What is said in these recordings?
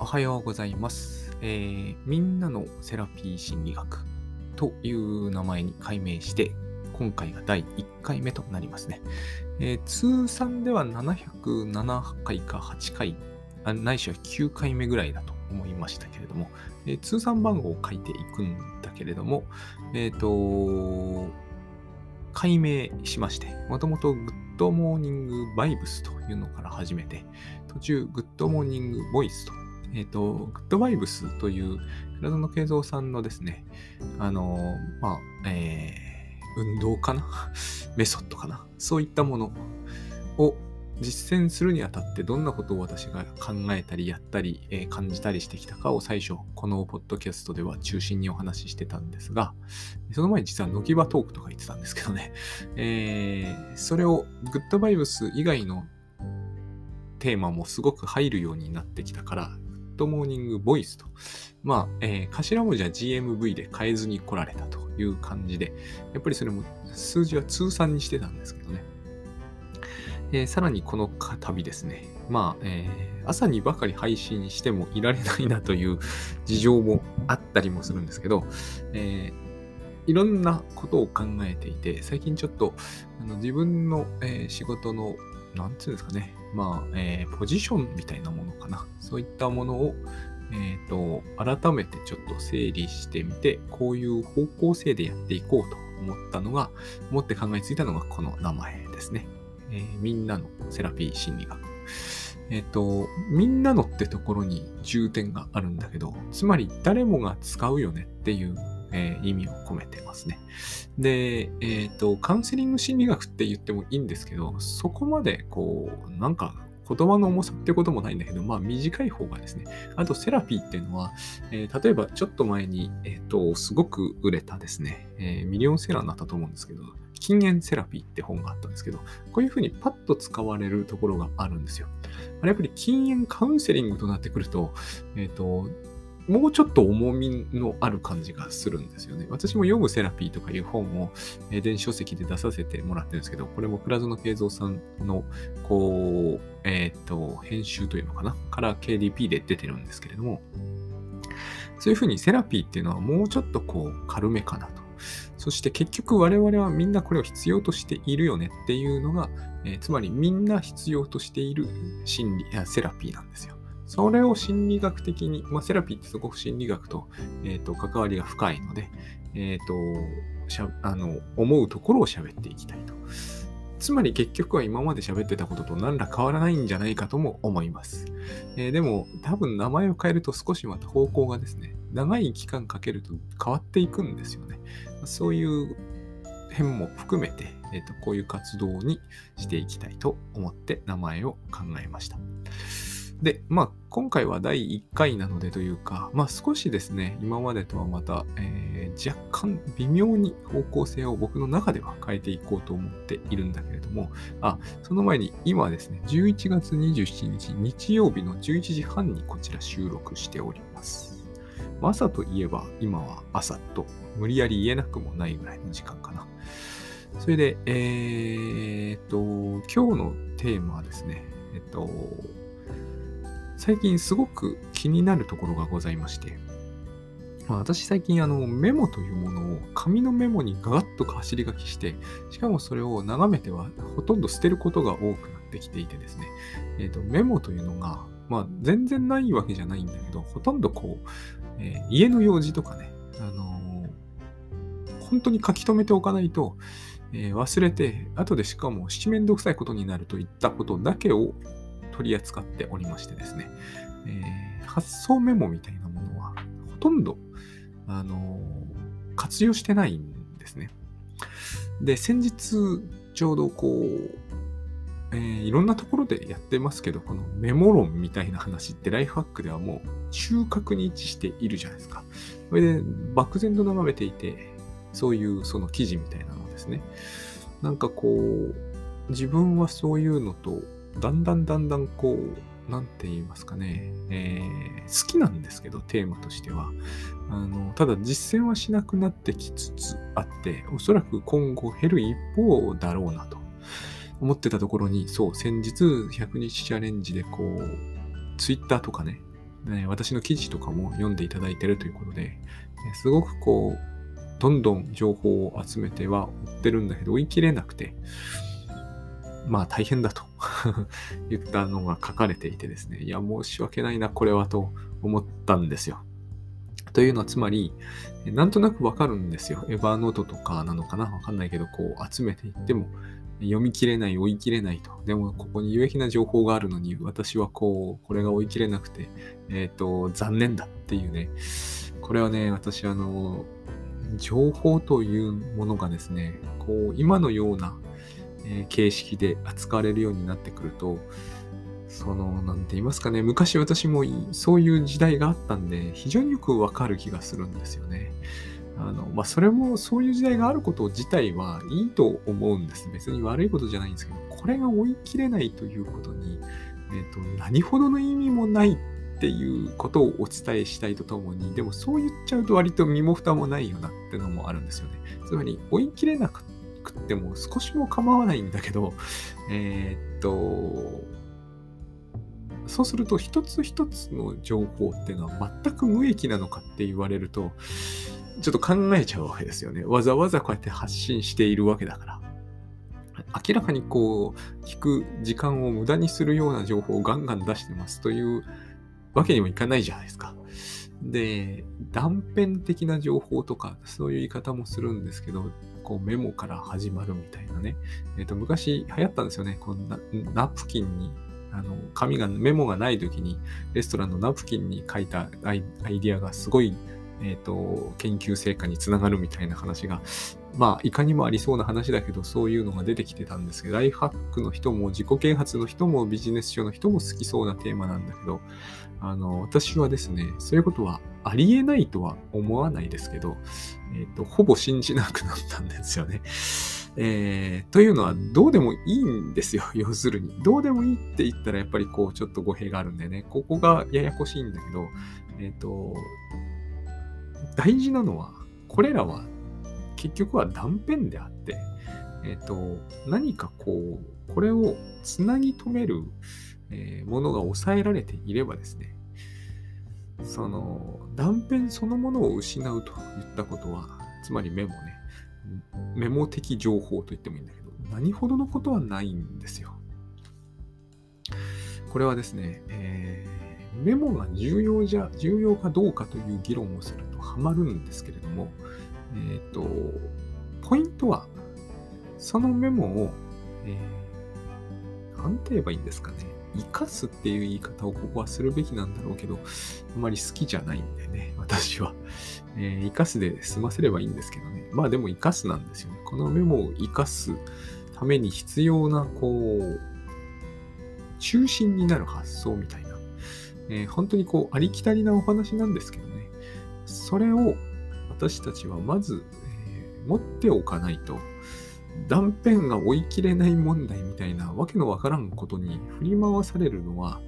はようございます。みんなのセラピー心理学という名前に改名して、今回が第1回目となりますね。通算では707回か8回、ないしは9回目ぐらいだと思いましたけれども、通算番号を書いていくんだけれども、改名しまして、もともとグッドモーニングバイブスというのから始めて、途中グッドモーニングボイスと、グッドバイブスという倉園慶三さんのですね、運動かなメソッドかなそういったものを実践するにあたってどんなことを私が考えたりやったり、感じたりしてきたかを最初このポッドキャストでは中心にお話ししてたんですが、その前に実はノキバトークとか言ってたんですけどね、それをグッドバイブス以外のテーマもすごく入るようになってきたから、グッドモーニングボイスと、頭文字は GMV で変えずに来られたという感じで、やっぱりそれも数字は通算にしてたんですけどね。さらにこの度ですね、朝にばかり配信してもいられないなという事情もあったりもするんですけど、いろんなことを考えていて、最近ちょっと自分の、仕事の、なんていうんですかね、ポジションみたいなものかな。そういったものを、改めてちょっと整理してみて、こういう方向性でやっていこうと思って考えついたのがこの名前ですね。みんなのセラピー心理学。みんなのってところに重点があるんだけど、つまり誰もが使うよねっていう、意味を込めてますね。で、カウンセリング心理学って言ってもいいんですけど、そこまで言葉の重さってこともないんだけど、短い方がですね。あとセラピーっていうのは、例えばちょっと前に、すごく売れたですね、ミリオンセラーになったと思うんですけど、禁煙セラピーって本があったんですけど、こういうふうにパッと使われるところがあるんですよ。やっぱり禁煙カウンセリングとなってくると、もうちょっと重みのある感じがするんですよね。私も読むセラピーとかいう本を、電子書籍で出させてもらってるんですけど、これも倉園慶三さんの、編集というのかなから KDP で出てるんですけれども、そういうふうにセラピーっていうのはもうちょっと軽めかなと。そして結局我々はみんなこれを必要としているよねっていうのが、つまりみんな必要としているセラピーなんですよ。それを心理学的に、セラピーってすごく心理学と、関わりが深いので、思うところを喋っていきたいと。つまり結局は今まで喋ってたことと何ら変わらないんじゃないかとも思います。でも多分名前を変えると少しまた方向がですね、長い期間かけると変わっていくんですよね。そういう辺も含めて、こういう活動にしていきたいと思って名前を考えました。で、今回は第1回なのでというか、少しですね、今までとはまた、若干微妙に方向性を僕の中では変えていこうと思っているんだけれども、その前に今ですね、11月27日日曜日の11時半にこちら収録しております。朝といえば今は朝と無理やり言えなくもないぐらいの時間かな。それで、今日のテーマはですね、最近すごく気になるところがございまして、私最近メモというものを紙のメモにガガッと走り書きして、しかもそれを眺めてはほとんど捨てることが多くなってきていてですね、メモというのが、全然ないわけじゃないんだけど、ほとんど家の用事とかね、本当に書き留めておかないと、忘れて、後でしかもめんどくさいことになるといったことだけを取り扱っておりましてですね、発送メモみたいなものはほとんど、活用してないんですね。で、先日ちょうどいろんなところでやってますけど、このメモ論みたいな話ってライフハックではもう中核に位置しているじゃないですか。それで漠然と眺めていて、そういうその記事みたいなのですね。自分はそういうのとだんだんなんて言いますかね、好きなんですけど、テーマとしては。ただ実践はしなくなってきつつあって、おそらく今後減る一方だろうなと思ってたところに、先日100日チャレンジでTwitter とかね、 私の記事とかも読んでいただいているということで、すごくどんどん情報を集めては追ってるんだけど追い切れなくて、まあ大変だと言ったのが書かれていてですね、いや申し訳ないなこれはと思ったんですよ。というのはつまり、なんとなくわかるんですよ。エヴァノートとかなのかなわかんないけど、集めていっても読み切れない、追い切れないと。でもここに有益な情報があるのに、私はこれが追い切れなくて、残念だっていうね。これはね、私情報というものがですね、今のような形式で扱われるようになってくると、なんて言いますかね、昔私もそういう時代があったんで、非常によくわかる気がするんですよね。それもそういう時代があること自体はいいと思うんです。別に悪いことじゃないんですけど、これが追い切れないということに、何ほどの意味もないっていうことをお伝えしたいとともに、でもそう言っちゃうと割と身も蓋もないよなってのもあるんですよね。つまり追い切れなくっても少しも構わないんだけど、そうすると一つ一つの情報っていうのは全く無益なのかって言われると、ちょっと考えちゃうわけですよね。わざわざこうやって発信しているわけだから。明らかに聞く時間を無駄にするような情報をガンガン出してますというわけにもいかないじゃないですか。で、断片的な情報とか、そういう言い方もするんですけど、メモから始まるみたいなね。昔流行ったんですよね。ナプキンに、メモがない時に、レストランのナプキンに書いたアイディアがすごい、研究成果につながるみたいな話が、いかにもありそうな話だけど、そういうのが出てきてたんですけど、ライフハックの人も自己啓発の人もビジネス書の人も好きそうなテーマなんだけど、私はですね、そういうことはありえないとは思わないですけど、ほぼ信じなくなったんですよね。というのはどうでもいいんですよ。要するに。どうでもいいって言ったらやっぱりちょっと語弊があるんでね。ここがややこしいんだけど、大事なのは、これらは結局は断片であって、何かこれをつなぎ止める、ものが抑えられていればですね、断片そのものを失うといったことは、つまりメモ的情報と言ってもいいんだけど、何ほどのことはないんですよ。これはですね、メモが重要かどうかという議論をするとハマるんですけれども、ポイントは、そのメモを、なんて言えばいいんですかね。生かすっていう言い方をここはするべきなんだろうけど、あまり好きじゃないんでね、私は。生かすで済ませればいいんですけどね。でも生かすなんですよね。このメモを生かすために必要な、中心になる発想みたいな。本当にありきたりなお話なんですけどね。それを私たちはまず、持っておかないと、断片が追い切れない問題みたいなわけのわからんことに振り回されるのは、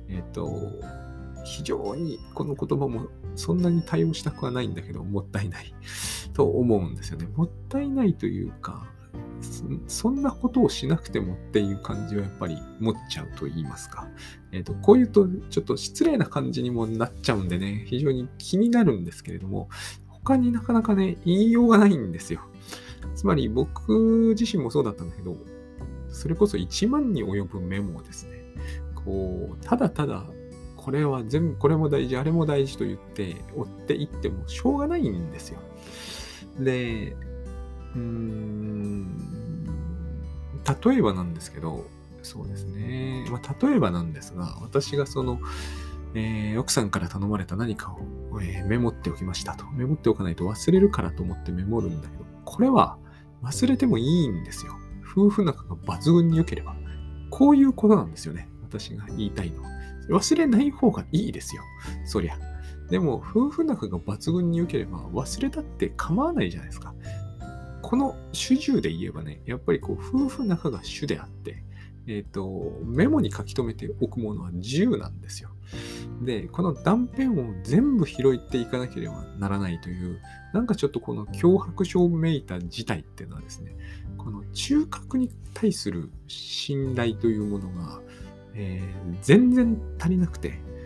非常にこの言葉もそんなに対応したくはないんだけど、もったいないと思うんですよね。もったいないというか、そんなことをしなくてもっていう感じはやっぱり持っちゃうと言いますか。こういうとちょっと失礼な感じにもなっちゃうんでね、非常に気になるんですけれども、他になかなかね、言いようがないんですよ。つまり僕自身もそうだったんだけど、それこそ1万に及ぶメモをですね、ただただ、これは全部、これも大事、あれも大事と言って追っていってもしょうがないんですよ。で、例えばなんですけど、そうですね。例えばなんですが、私が奥さんから頼まれた何かを、メモっておきましたと。メモっておかないと忘れるからと思ってメモるんだけど、これは忘れてもいいんですよ。夫婦仲が抜群に良ければ。こういうことなんですよね。私が言いたいのは。忘れない方がいいですよ。そりゃ。でも、夫婦仲が抜群に良ければ忘れたって構わないじゃないですか。この主従で言えばね、やっぱり夫婦仲が主であって、メモに書き留めておくものは10なんですよ。で、この断片を全部拾っていかなければならないという、なんかちょっとこの脅迫状めいた事態っていうのはですね、この中核に対する信頼というものが、全然足りなくて、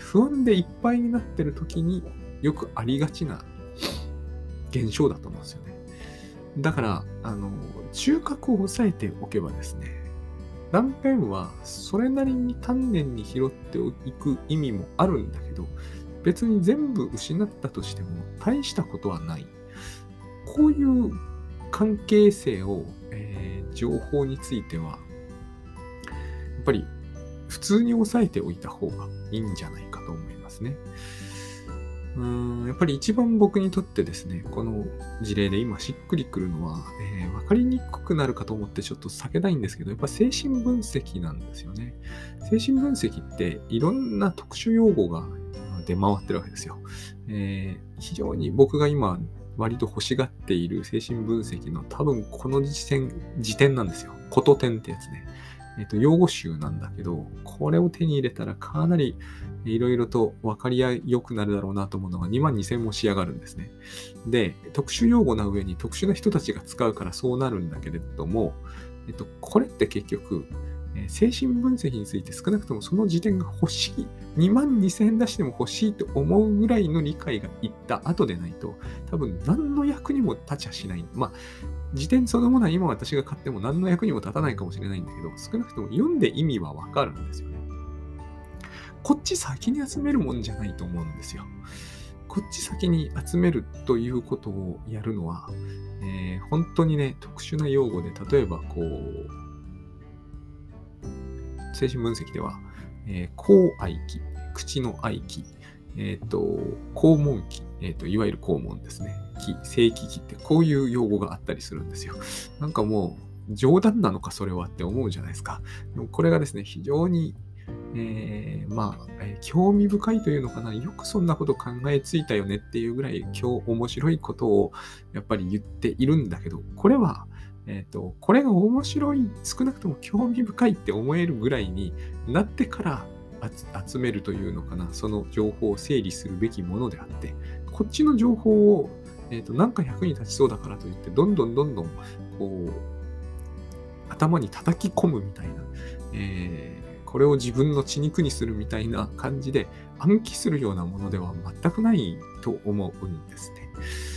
不安でいっぱいになってる時によくありがちな現象だと思うんですよね。だから、中核を押さえておけばですね、断片はそれなりに丹念に拾っていく意味もあるんだけど、別に全部失ったとしても大したことはない。こういう関係性を、情報については、やっぱり普通に押さえておいた方がいいんじゃないかと思いますね。やっぱり一番僕にとってですね、この事例で今しっくりくるのは、分かりにくくなるかと思ってちょっと避けたいんですけど、やっぱ精神分析なんですよね。精神分析っていろんな特殊用語が出回ってるわけですよ。非常に僕が今割と欲しがっている精神分析の多分この辞典なんですよ。ことてんってやつね。用語集なんだけど、これを手に入れたらかなりいろいろと分かりよくなるだろうなと思うのが22,000も仕上がるんですね。で、特殊用語な上に特殊な人たちが使うからそうなるんだけれども、これって結局、精神分析について少なくともその時点が欲しい。22,000円出しても欲しいと思うぐらいの理解がいった後でないと、多分何の役にも立ちゃしない。まあ、辞典そのものは今私が買っても何の役にも立たないかもしれないんだけど、少なくとも読んで意味はわかるんですよね。こっち先に集めるもんじゃないと思うんですよ。こっち先に集めるということをやるのは、本当にね、特殊な用語で、例えば精神分析では、口愛器、口の愛器、肛門器、いわゆる肛門ですね。性器器ってこういう用語があったりするんですよ。なんかもう冗談なのかそれはって思うじゃないですか。でもこれがですね、非常に、興味深いというのかな。よくそんなこと考えついたよねっていうぐらい面白いことをやっぱり言っているんだけど、これはこれが面白い、少なくとも興味深いって思えるぐらいになってから集めるというのかな、その情報を整理するべきものであって、こっちの情報を、なんか役に立ちそうだからといって、どんどん頭に叩き込むみたいな、これを自分の血肉にするみたいな感じで暗記するようなものでは全くないと思うんですね。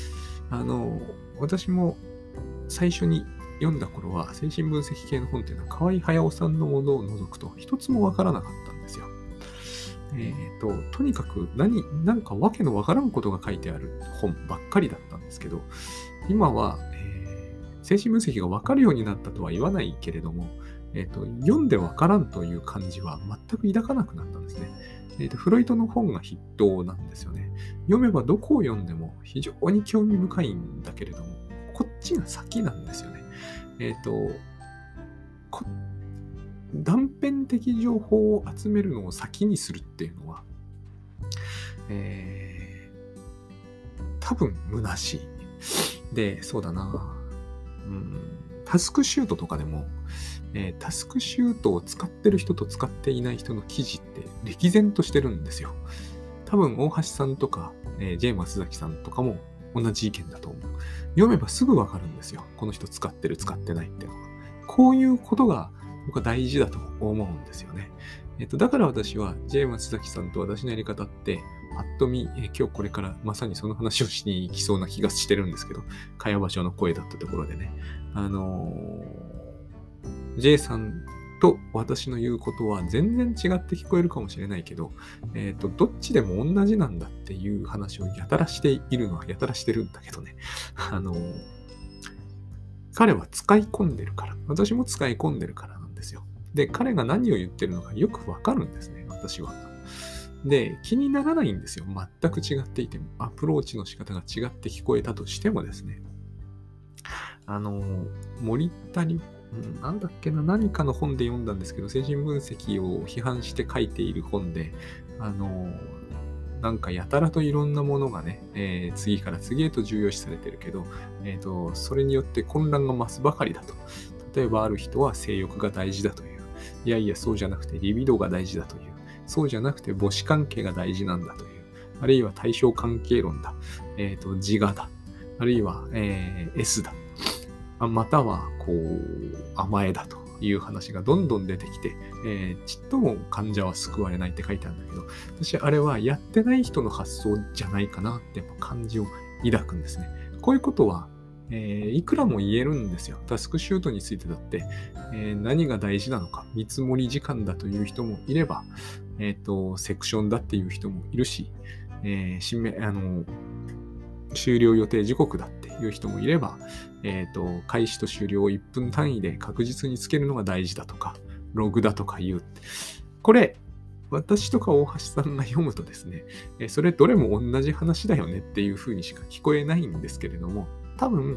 私も最初に読んだ頃は精神分析系の本っていうのは河合隼さんのものを除くと一つもわからなかったんですよ。とにかくなんかわけのわからんことが書いてある本ばっかりだったんですけど、今は、精神分析がわかるようになったとは言わないけれども、読んでわからんという感じは全く抱かなくなったんですね。フロイトの本が筆頭なんですよね。読めばどこを読んでも非常に興味深いんだけれども、こっちが先なんですよね。断片的情報を集めるのを先にするっていうのは、多分虚しい。で、そうだな。タスクシュートとかでも、タスクシュートを使ってる人と使っていない人の記事って歴然としてるんですよ。多分大橋さんとか、ジェームス崎さんとかも同じ意見だと思う。読めばすぐわかるんですよ。この人使ってる使ってないっていうのは。こういうことが僕は大事だと思うんですよね。だから私はジェームス崎さんと私のやり方って、ぱっと見、今日これからまさにその話をしに行きそうな気がしてるんですけど、茅場所の声だったところでね、J さんと私の言うことは全然違って聞こえるかもしれないけど、どっちでも同じなんだっていう話をやたらしているのはやたらしてるんだけどね。彼は使い込んでるから、私も使い込んでるからなんですよ。で、彼が何を言ってるのかよくわかるんですね、私は。で、気にならないんですよ。全く違っていても。アプローチの仕方が違って聞こえたとしてもですね。森谷、なんだっけな、何かの本で読んだんですけど、精神分析を批判して書いている本で、なんかやたらといろんなものがね、次から次へと重要視されてるけど、それによって混乱が増すばかりだと。例えばある人は性欲が大事だという。いやいや、そうじゃなくてリビドが大事だという。そうじゃなくて母子関係が大事なんだという。あるいは対象関係論だ。自我だ。あるいは、S だ。または、甘えだと。 いう話がどんどん出てきて、ちっとも患者は救われないって書いてあるんだけど、私あれはやってない人の発想じゃないかなってやっぱ感じを抱くんですね。こういうことは、いくらも言えるんですよ。タスクシュートについてだって、何が大事なのか、見積もり時間だという人もいれば、セクションだっていう人もいるし、終了予定時刻だっていう人もいれば、開始と終了を1分単位で確実につけるのが大事だとか、ログだとか言う。これ、私とか大橋さんが読むとですね、それどれも同じ話だよねっていう風にしか聞こえないんですけれども、多分、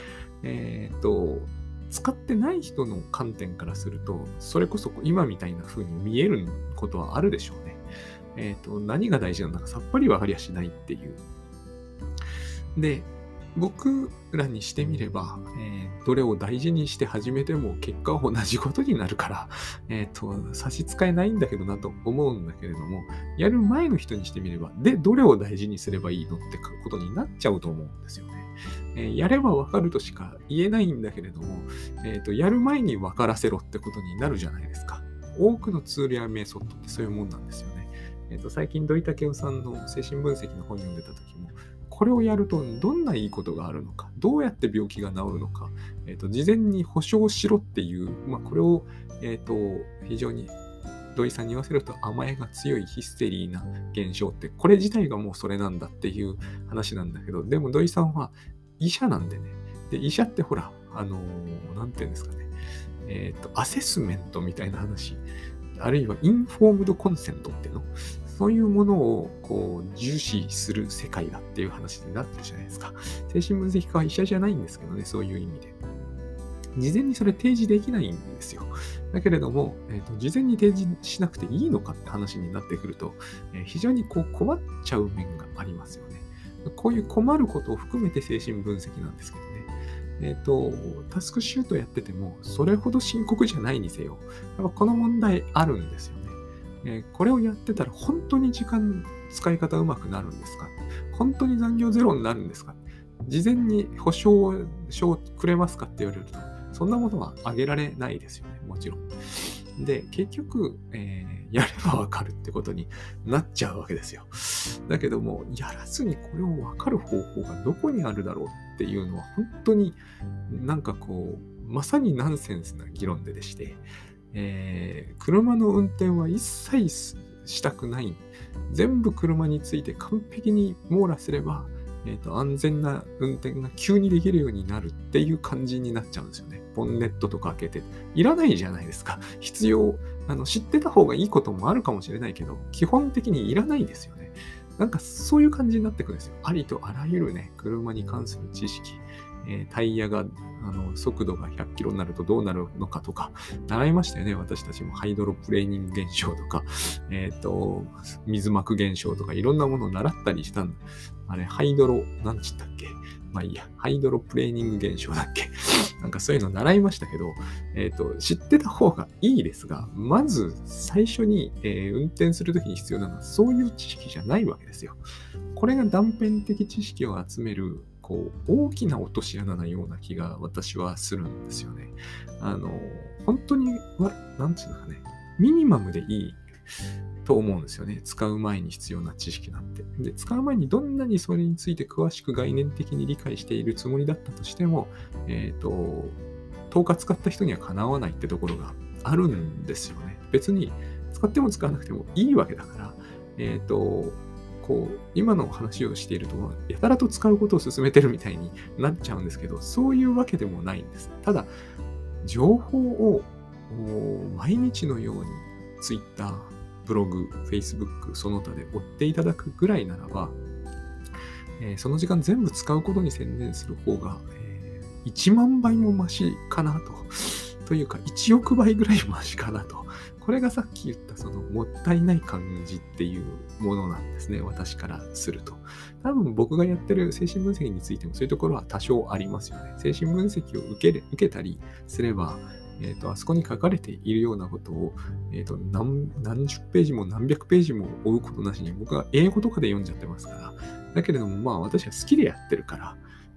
使ってない人の観点からすると、それこそ今みたいな風に見えることはあるでしょうね。何が大事なのかさっぱりわかりやしないっていう。で、僕らにしてみれば、どれを大事にして始めても結果は同じことになるから、差し支えないんだけどなと思うんだけれども、やる前の人にしてみれば、で、どれを大事にすればいいのってことになっちゃうと思うんですよね。やればわかるとしか言えないんだけれども、やる前に分からせろってことになるじゃないですか。多くのツールやメソッドってそういうもんなんですよね。最近土井武雄さんの精神分析の本を読んでた時も、これをやるとどんないいことがあるのか、どうやって病気が治るのか、事前に保証しろっていう、これを、非常に土井さんに言わせると甘えが強いヒステリーな現象って、これ自体がもうそれなんだっていう話なんだけど、でも土井さんは医者なんでね。で、医者ってほら、なんていうんですかね、アセスメントみたいな話、あるいはインフォームドコンセントっていうの、そういうものをこう重視する世界だっていう話になってるじゃないですか。精神分析家は医者じゃないんですけどね、そういう意味で。事前にそれ提示できないんですよ。だけれども、事前に提示しなくていいのかって話になってくると、非常にこう困っちゃう面がありますよね。こういう困ることを含めて精神分析なんですけどね。タスクシュートやってても、それほど深刻じゃないにせよ、やっぱこの問題あるんですよね。これをやってたら本当に時間使い方うまくなるんですか？本当に残業ゼロになるんですか？事前に保証書をくれますかって言われると、そんなものはあげられないですよね、もちろん。で、結局、やればわかるってことになっちゃうわけですよ。だけども、やらずにこれをわかる方法がどこにあるだろうっていうのは、本当になんかこう、まさにナンセンスな議論でして、車の運転は一切したくない。全部車について完璧に網羅すれば、安全な運転が急にできるようになるっていう感じになっちゃうんですよね。ボンネットとか開けて。いらないじゃないですか。必要。知ってた方がいいこともあるかもしれないけど、基本的にいらないですよね。なんかそういう感じになってくるんですよ。ありとあらゆるね、車に関する知識。タイヤが速度が100キロになるとどうなるのかとか、習いましたよね。私たちもハイドロプレーニング現象とか、水膜現象とかいろんなものを習ったりしたんだ。あれ、ハイドロ、なんちったっけ？まあいいや、ハイドロプレーニング現象だっけ？なんかそういうの習いましたけど、知ってた方がいいですが、まず最初に、運転するときに必要なのはそういう知識じゃないわけですよ。これが断片的知識を集めるこう大きな落とし穴のような気が私はするんですよね。本当に、なんていうのかね、ミニマムでいいと思うんですよね。使う前に必要な知識なんて。で、使う前にどんなにそれについて詳しく概念的に理解しているつもりだったとしても、10日使った人にはかなわないってところがあるんですよね。別に使っても使わなくてもいいわけだから、こう今の話をしているとやたらと使うことを進めてるみたいになっちゃうんですけど、そういうわけでもないんです。ただ情報を毎日のように Twitter、ブログ、Facebook その他で追っていただくぐらいならば、その時間全部使うことに専念する方が、1万倍もマシかなというか1億倍ぐらいマシかなと。これがさっき言ったそのもったいない感じっていうものなんですね。私からすると。多分僕がやってる精神分析についてもそういうところは多少ありますよね。精神分析を受けたりすれば、あそこに書かれているようなことを、何十ページも何百ページも追うことなしに僕は英語とかで読んじゃってますから。だけれども私は好きでやってるから、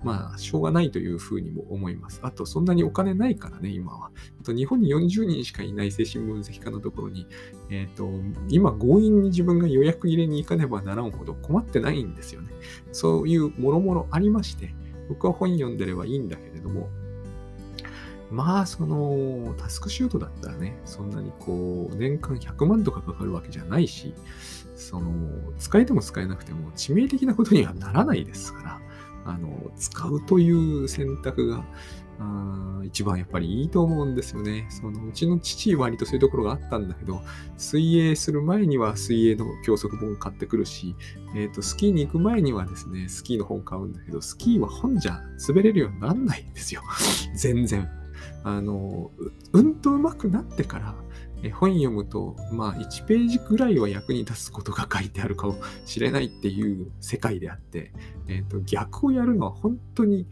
まあ、しょうがないというふうにも思います。あと、そんなにお金ないからね、今は。あと、日本に40人しかいない精神分析家のところに、今、強引に自分が予約入れに行かねばならんほど困ってないんですよね。そういうもろもろありまして、僕は本読んでればいいんだけれども、まあ、タスクシュートだったらね、そんなに年間100万とかかかるわけじゃないし、使えても使えなくても致命的なことにはならないですから、使うという選択が、一番やっぱりいいと思うんですよね。うちの父割とそういうところがあったんだけど、水泳する前には水泳の教則本買ってくるし、スキーに行く前にはですね、スキーの本買うんだけど、スキーは本じゃ滑れるようにならないんですよ。全然。うんと上手くなってから、本読むと、まあ、1ページぐらいは役に立つことが書いてあるかもしれないっていう世界であって、逆をやるのは本当に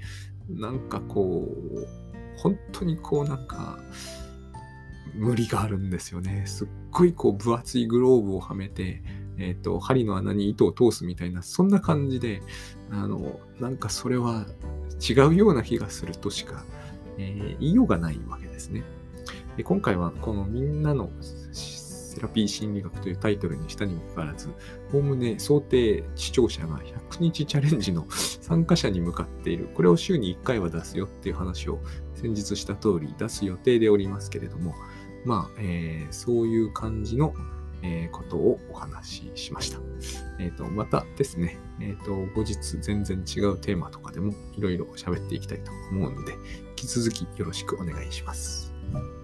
無理があるんですよね。すっごい分厚いグローブをはめて、針の穴に糸を通すみたいな、そんな感じで、それは違うような気がするとしか、言いようがないわけですね。で今回はこのみんなのセラピー心理学というタイトルにしたにもかかわらず、おおむね想定視聴者が100日チャレンジの参加者に向かっている、これを週に1回は出すよっていう話を先日した通り出す予定でおりますけれども、まあ、そういう感じのことをお話ししました。またですね、後日全然違うテーマとかでもいろいろ喋っていきたいと思うので、引き続きよろしくお願いします。